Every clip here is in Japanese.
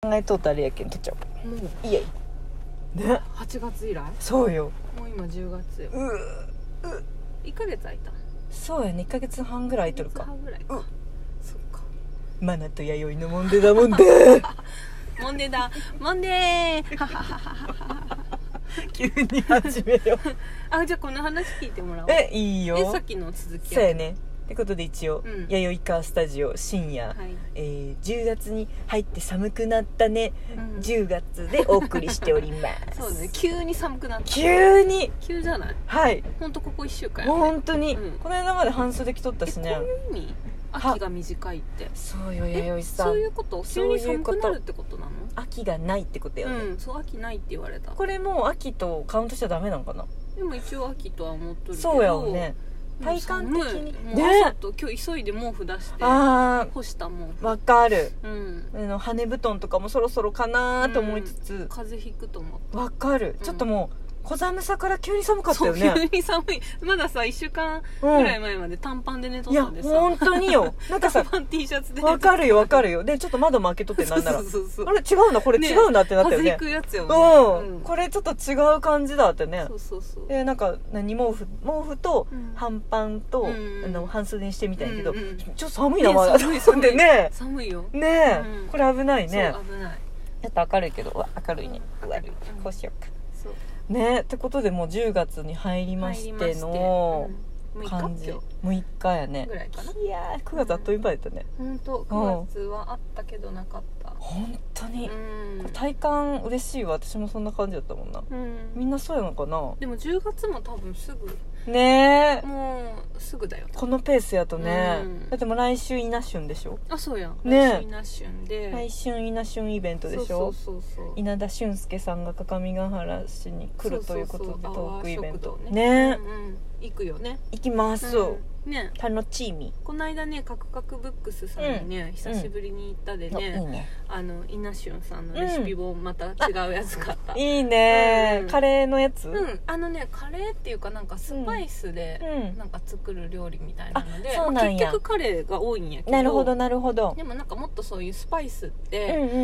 考えとうとあれやけん撮っちゃおう。 もういえね、 8月以来、 そうよ。 もう今10月よ。1ヶ月空いた。 そうやね、1ヶ月半ぐらい空いとる 1ヶ月か。 半ぐらいか。そっか。 マナと弥生のもんでだもんでもんでだもんでー急に始めようあ、じゃあこの話聞いてもらおう。 いいよ。 さっきの続きそうやね。ってことで一応、 うん、 弥生川スタジオ深夜、 はい、 10月に入って寒くなったね、 うん、 10月でお送りしておりますそうだね、急に寒くなった。 急に急じゃない？ はい、 ほんとここ1週間もうやね。 本当に、 うん、 この間まで半袖着とったしね。 こういう意味？秋が短いって。 そうよ弥生さん、 そういうこと？急に寒くなるってことなの？ 秋がないってことよね、 うん、そう、秋ないって言われた。 これもう秋とカウントしちゃダメなのかな。 でも一応秋とは思っとるけど。 そうやよね、体感的にもう朝と今日急いで毛布出して干したもん。 わかる、 うん、 羽根布団とかもそろそろかなと思いつつ、 風邪ひくと思った。 わかる、ちょっともう小寒さから急に寒かったよね。 そう、急に寒い。まださ1週間ぐらい前まで短パンで寝とったんでさ、 いや本当によ、なんかさ短パン T シャツでわかるよわかるよ。でちょっと窓も開けとってなんならそうあれ違うな、これ違うなってなったよね。 風邪ひくやつよね。 これちょっと違う感じだってね。 そうでなんか毛布と半パンと、半袖にしてみたんやけど、ちょっと寒いなまだ、 寒いね。 寒いよね、これ危ないね。 そう危ない。 ちょっと明るいけど、明るいね、 明るい。 こうしようか。 そうね、ってことでもう10月に入りましての感じ。6日やね。 ぐらいかな。 いやー9月あっという間やったね。 本当9月はあったけどなかった。 本当に、体感嬉しいわ。私もそんな感じだったもんな。みんなそうやのかな。 でも10月も多分すぐねえ、 もうすぐだよ。 このペースやとね、だってもう来週稲春でしょ。 あ、そうや、 ね、 来週稲春で、 来週稲春イベントでしょ。そう稲田俊介さんが各務原市に来るということで、トークイベントね、行くよね。行きます、ね、楽しみ。 この間ね、カクカクブックスさんにね、久しぶりに行ったでね、稲春さんのレシピ本また違うやつ買った。 いいね、カレーのやつ。 カレーっていうかなんかスパイスでなんか作る料理みたいなので、結局カレーが多いんやけど、 なるほどなるほど。 でもなんかもっとそういうスパイスって、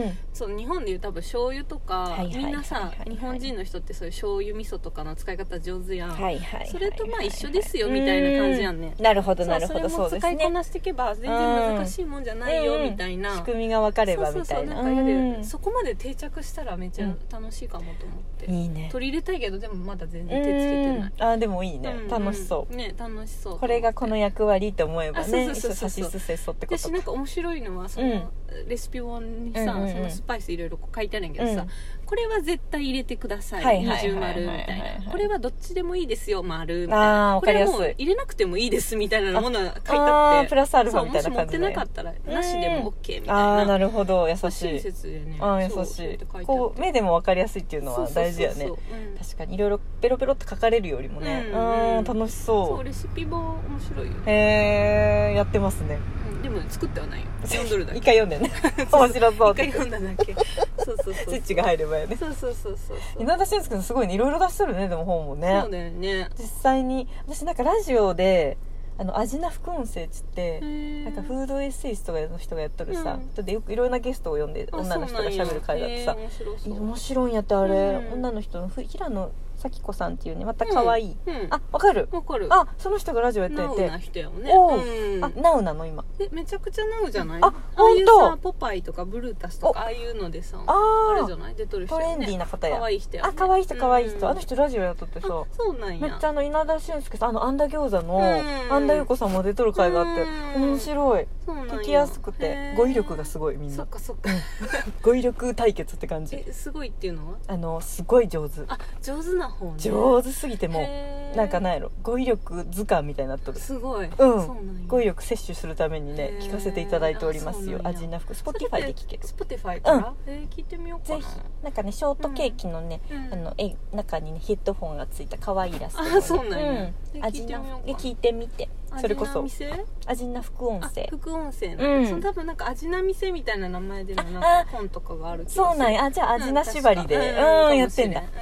その日本でいう多分醤油とか、みんなさ、日本人の人ってそういう醤油味噌とかの使い方上手やん。それとまあ一緒ですよみたいな感じやんね。 なるほどなるほど、 そうですね。それも使いこなしていけば全然難しいもんじゃないよみたいな、 仕組みが分かればみたいな。 そこまで定着したらめっちゃ楽しいかもと思って、 いいね。 取り入れたいけどでもまだ全然手つけてない。 あ、でもいいね、楽しそうね。 楽しそう。 これがこの役割って思えばね、さしすせそってことか。 私なんか面白いのはそのレシピ本にさ、そのスパイスいろいろ書いてあるんやけどさ、これは絶対入れてください、二重丸みたいな、これはどっちでもいいですよ丸みたいな、これはもう入れなくてもいいですみたいなものが書いてあって、 プラスアルファみたいな感じで、 もし持ってなかったらなしでも OK みたいな。 あ、なるほど、優しい。 親切でね、 優しい。こう目でも分かりやすいっていうのは大事やね。確かにいろいろペロペロって書かれるよりもね、楽しそう。 そう、レシピ本面白いよ。 へえ、やってますね。 でも作ってはないよ、読んどるだけ。 一回読んでね、面白そうって。 一回読んだだけ。そうスイッチが入ればよね。 そう稲田俊介さんすごいね、いろいろ出してるね。でも本もね。 そうだよね。 実際に私なんかラジオでアジナ副音声っつって、なんかフードエッセイストの人がやっとるさ、でよくいろんなゲストを呼んで女の人が喋る会だってさ、面白いんやってあれ、女の人の平野咲子さんっていうね、また可愛い、あ、わかる、あ、その人がラジオやってて、ナウな人やもんね。 あ、ナウなの今。 めちゃくちゃナウじゃない？ あ、本当。 さ、ポパイとかブルータスとかああいうのでさ、あれじゃない？出とる人トレンディーな方や。 可愛い人や。 あ、可愛い人、あの人ラジオやっとってさ、 そうなんや。 めっちゃ稲田俊介さん、アンダ餃子のアンダ優子さんも出とる回があって、面白い。聞きやすくて語彙力がすごい、みんな。 そっかそっか。 語彙力対決って感じ。 すごいっていうのは？ すごい上手。 あ、上手な方ね。 上手すぎてもなんかなんやろ、語彙力図鑑みたいになっとる。 すごい。 語彙力摂取するためにね、聞かせていただいておりますよ。アジナフク、スポティファイで聞ける。 スポティファイから？聞いてみようかな。 ぜひ。なんかね、ショートケーキのね、中にねヘッドホンがついた可愛いイラスト。 あ、そうなんや。 聞いてみて。それこそアジナ副音声。 副音声ね。その多分なんかアジナ店みたいな名前でのなんか本とかがある。 そうなんや。じゃあアジナ縛りでやってんだ。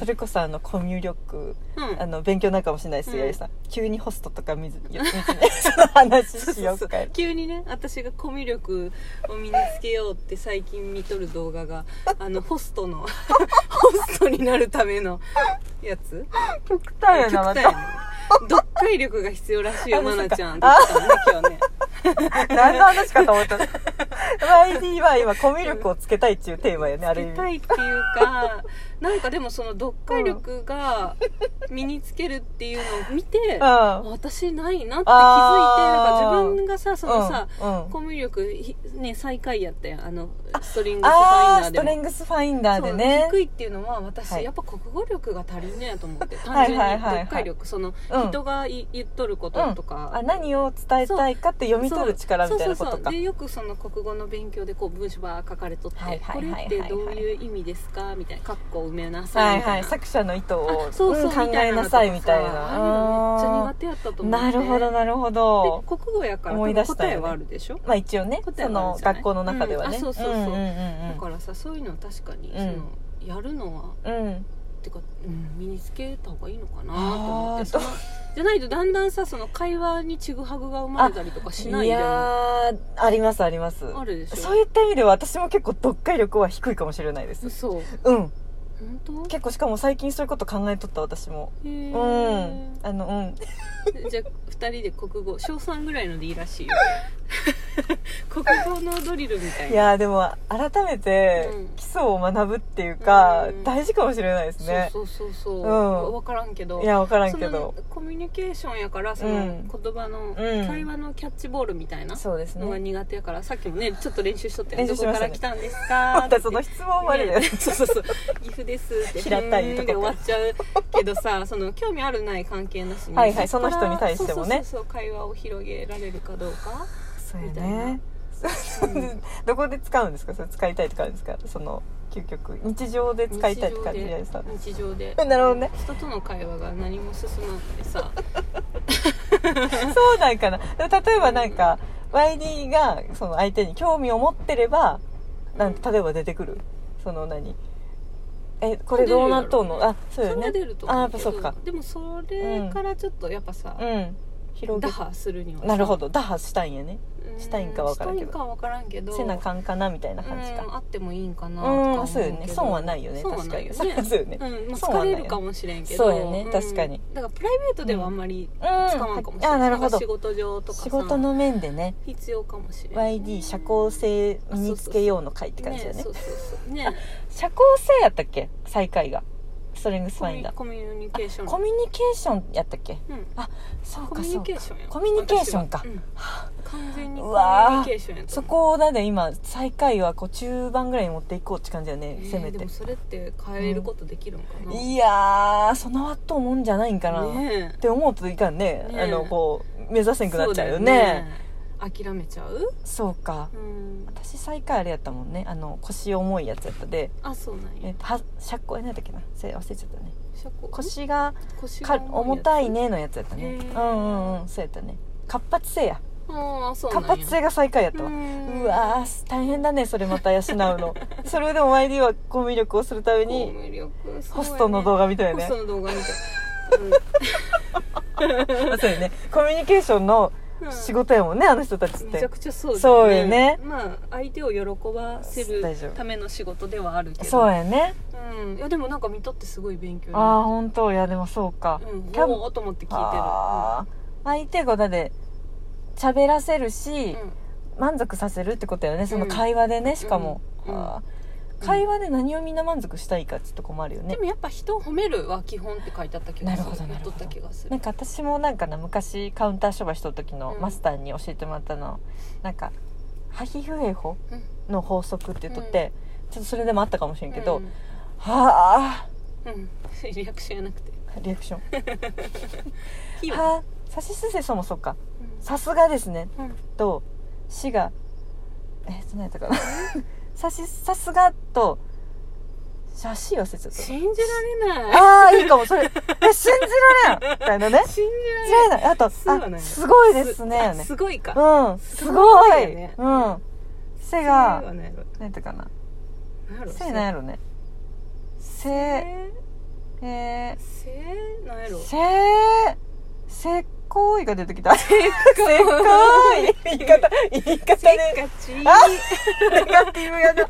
それこそコミュ力、勉強になるかもしれないですよ、やりさん。急にホストとか見ずにその話しようか。 急にね、私がコミュ力を身につけようって最近見とる動画がホストのホストになるためのやつ。 極端やな、また。 読解力が必要らしいよ、まなちゃんって言ってたね、今日ね。 何の話かと思った。YD は今コミュ力をつけたいっていうテーマよね、ある意味。 つけたいっていうか、なんかでもその読解力が身につけるっていうのを見て、私ないなって気づいて、なんか自分がさ、そのさ、コミュ力ね、最下位やったやん、ストリングスファインダーでも。 ストリングスファインダーでね。 低いっていうのは私、やっぱ国語力が足りんねやと思って、単純に読解力、その人が言っとることとか、 何を伝えたいかって読み取る力みたいなことか。 でよくその国語の勉強でこう文章が書かれとって、これってどういう意味ですかみたいな、括弧を埋めなさいみたいな、 作者の意図を考えなさいみたいな。 めっちゃ苦手やったと思って。 なるほどなるほど。 で国語やから答えはあるでしょ。 まあ一応ね、その学校の中ではね。 そうだからさ、そういうの確かにそのやるのはてか、身につけた方がいいのかなと思って。じゃないとだんだんさ、その会話にちぐはぐが生まれたりとかしないでも。 いやありますあります。 あるでしょ。 そういった意味では私も結構読解力は低いかもしれないです。 そう。 本当？ 結構しかも最近そういうこと考えとった私も。じゃあ2人で国語小3ぐらいのでいいらしいよ。国語のドリルみたいな。 いやでも改めて基礎を学ぶっていうか、大事かもしれないですね。 そう分からんけど。 いや分からんけど、 コミュニケーションやから、その言葉の会話のキャッチボールみたいなのが苦手やから、さっきもねちょっと練習しとって、どこから来たんですかまたその質問までね。 そう岐阜ですって平たいとこで終わっちゃうけどさ、その興味あるない関係なしに、 その人に対してもね、 会話を広げられるかどうか。 そうやね。どこで使うんですか？それ使いたいとかあるんですか？その究極日常で使いたいって感じでさ。 日常で。 なるほどね。 人との会話が何も進まんでさ。 そうなんかな。例えばなんか、YD がその相手に興味を持ってれば、なんか例えば出てくる。そのこれどうなっとうの？そうよね。 それは出ると思うけど。 やっぱそうか。 でもそれからちょっとやっぱさ、打破するにはさ。 なるほど、打破したいんやね。したいんか分からんけど。 したいんか分からんけど。 せなかんかなみたいな感じか。 あってもいいんかなとか思うけど。 そうよね。損はないよね。確かに。そうよね。 疲れるかもしれんけど。 そうよね。確かに。 だからプライベートではあんまり使わんかもしれない。 なるほど。 仕事上とかさ。 仕事の面でね。 必要かもしれない。 YD 社交性身につけようの会って感じだね。 そうね。 社交性やったっけ？最下位が。ストレングスファインダー。 コミュニケーション。 コミュニケーションやったっけ？そうかそうか。コミュニケーションや。コミュニケーションか。 完全にコミュニケーションやった。 そこだね、今最下位はこう中盤ぐらいに持っていこうって感じだね、せめて。 でもそれって変えることできるんかな。 いやその後もんじゃないんかなって思うといかんね。こう目指せんくなっちゃうよね。 諦めちゃう？ そうか。私最下位あれやったもんね。腰重いやつやったで。 そうなんや。 何だっけな。忘れちゃったね。腰が重たいねのやつやったね。そうやったね。活発性や。活発性が最下位やったわ。うわ大変だね、それまた養うの。それでも YD はコミュ力をするためにホストの動画見たよね。 ホストの動画見た。そうよね。コミュニケーションの仕事やもんね、あの人たちって。 めちゃくちゃそうだね。 そうよね。 相手を喜ばせるための仕事ではあるけど。 そうやね。 いやでもなんか見とってすごい勉強に本当。いやでもそうか。 おーと思って聞いてる。 相手がだって喋らせるし、満足させるってことよね、その会話でね。しかも会話で何をみんな満足したいかってとこもあるよね。 でもやっぱ人を褒めるは基本って書いてあった気がする。 なるほど。なんか私もなんか昔カウンター商売しとる時のマスターに教えてもらったの、なんかハヒフエホの法則って言っとって、ちょっとそれでもあったかもしれんけど、 リアクションやなくてリアクションさしすせそもそうか、さすがですね、としが何やったかなさすがと写真忘れちゃった。 信じられない。 いいかもそれ。信じられんみたいなね。 信じられない。 あとすごいですね。 すごいか。 すごい。背が何やったかな。背なんやろね。背なんやろせっこいが出てきた。せっこい言い方で。 せっかちネガティブやな。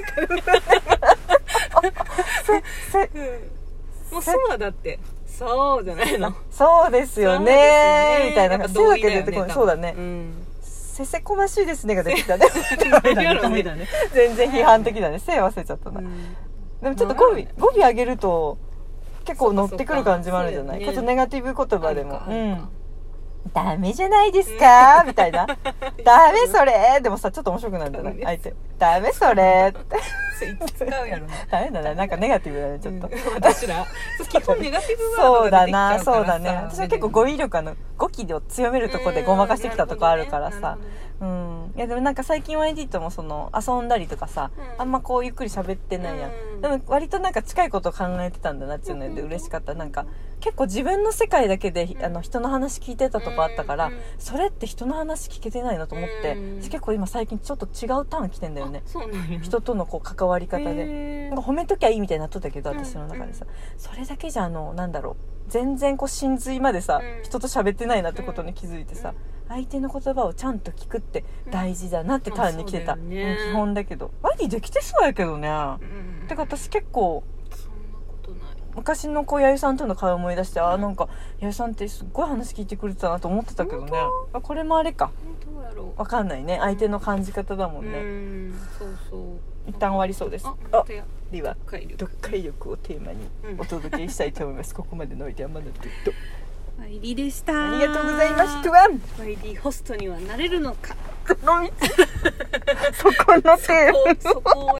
もうそうはだってそうじゃないの。 そうですよねみたいな。せだけ出てこない。そうだね。せせこましいですねが出てきたね。全然批判的だね。せ忘れちゃったな。でもちょっと語尾上げると結構乗ってくる感じもあるじゃない。ちょっとネガティブ言葉でも。ダメじゃないですかみたいな。ダメそれでもさ、ちょっと面白くなるんじゃない相手。ダメそれって使うやろな。 ダメだね。なんかネガティブだねちょっと。 私ら基本ネガティブワードそうだな、 が出てきちゃうからさ。 そうだね。私は結構語彙力語気を強めるとこでごまかしてきたとこあるからさ。いやでもなんか最近はエディともその遊んだりとかさ、あんまこうゆっくり喋ってないやん。でも割となんか近いことを考えてたんだなっていうので嬉しかった。なんか結構自分の世界だけで人の話聞いてたとこあったから、それって人の話聞けてないなと思って、結構今最近ちょっと違うターン来てんだよね。人とのこう関わり方でなんか褒めときゃいいみたいになっとったけど、私の中でさ、それだけじゃなんだろう、全然こう真髄までさ、人と喋ってないなってことに気づいてさ、相手の言葉をちゃんと聞くって大事だなってターンに来てた、基本だけどワディできてそうやけどね、てか私結構昔のこうやゆさんとの会話を思い出して、なんかやゆさんってすっごい話聞いてくれてたなと思ってたけどね。これもあれか、わかんないね、相手の感じ方だもんね。一旦終わりそうです。では読解力をテーマにお届けしたいと思います。ここまでのおいてはまだとワイリーでした。 ありがとうございました。 ワイリーホストにはなれるのか。 そこのテーマ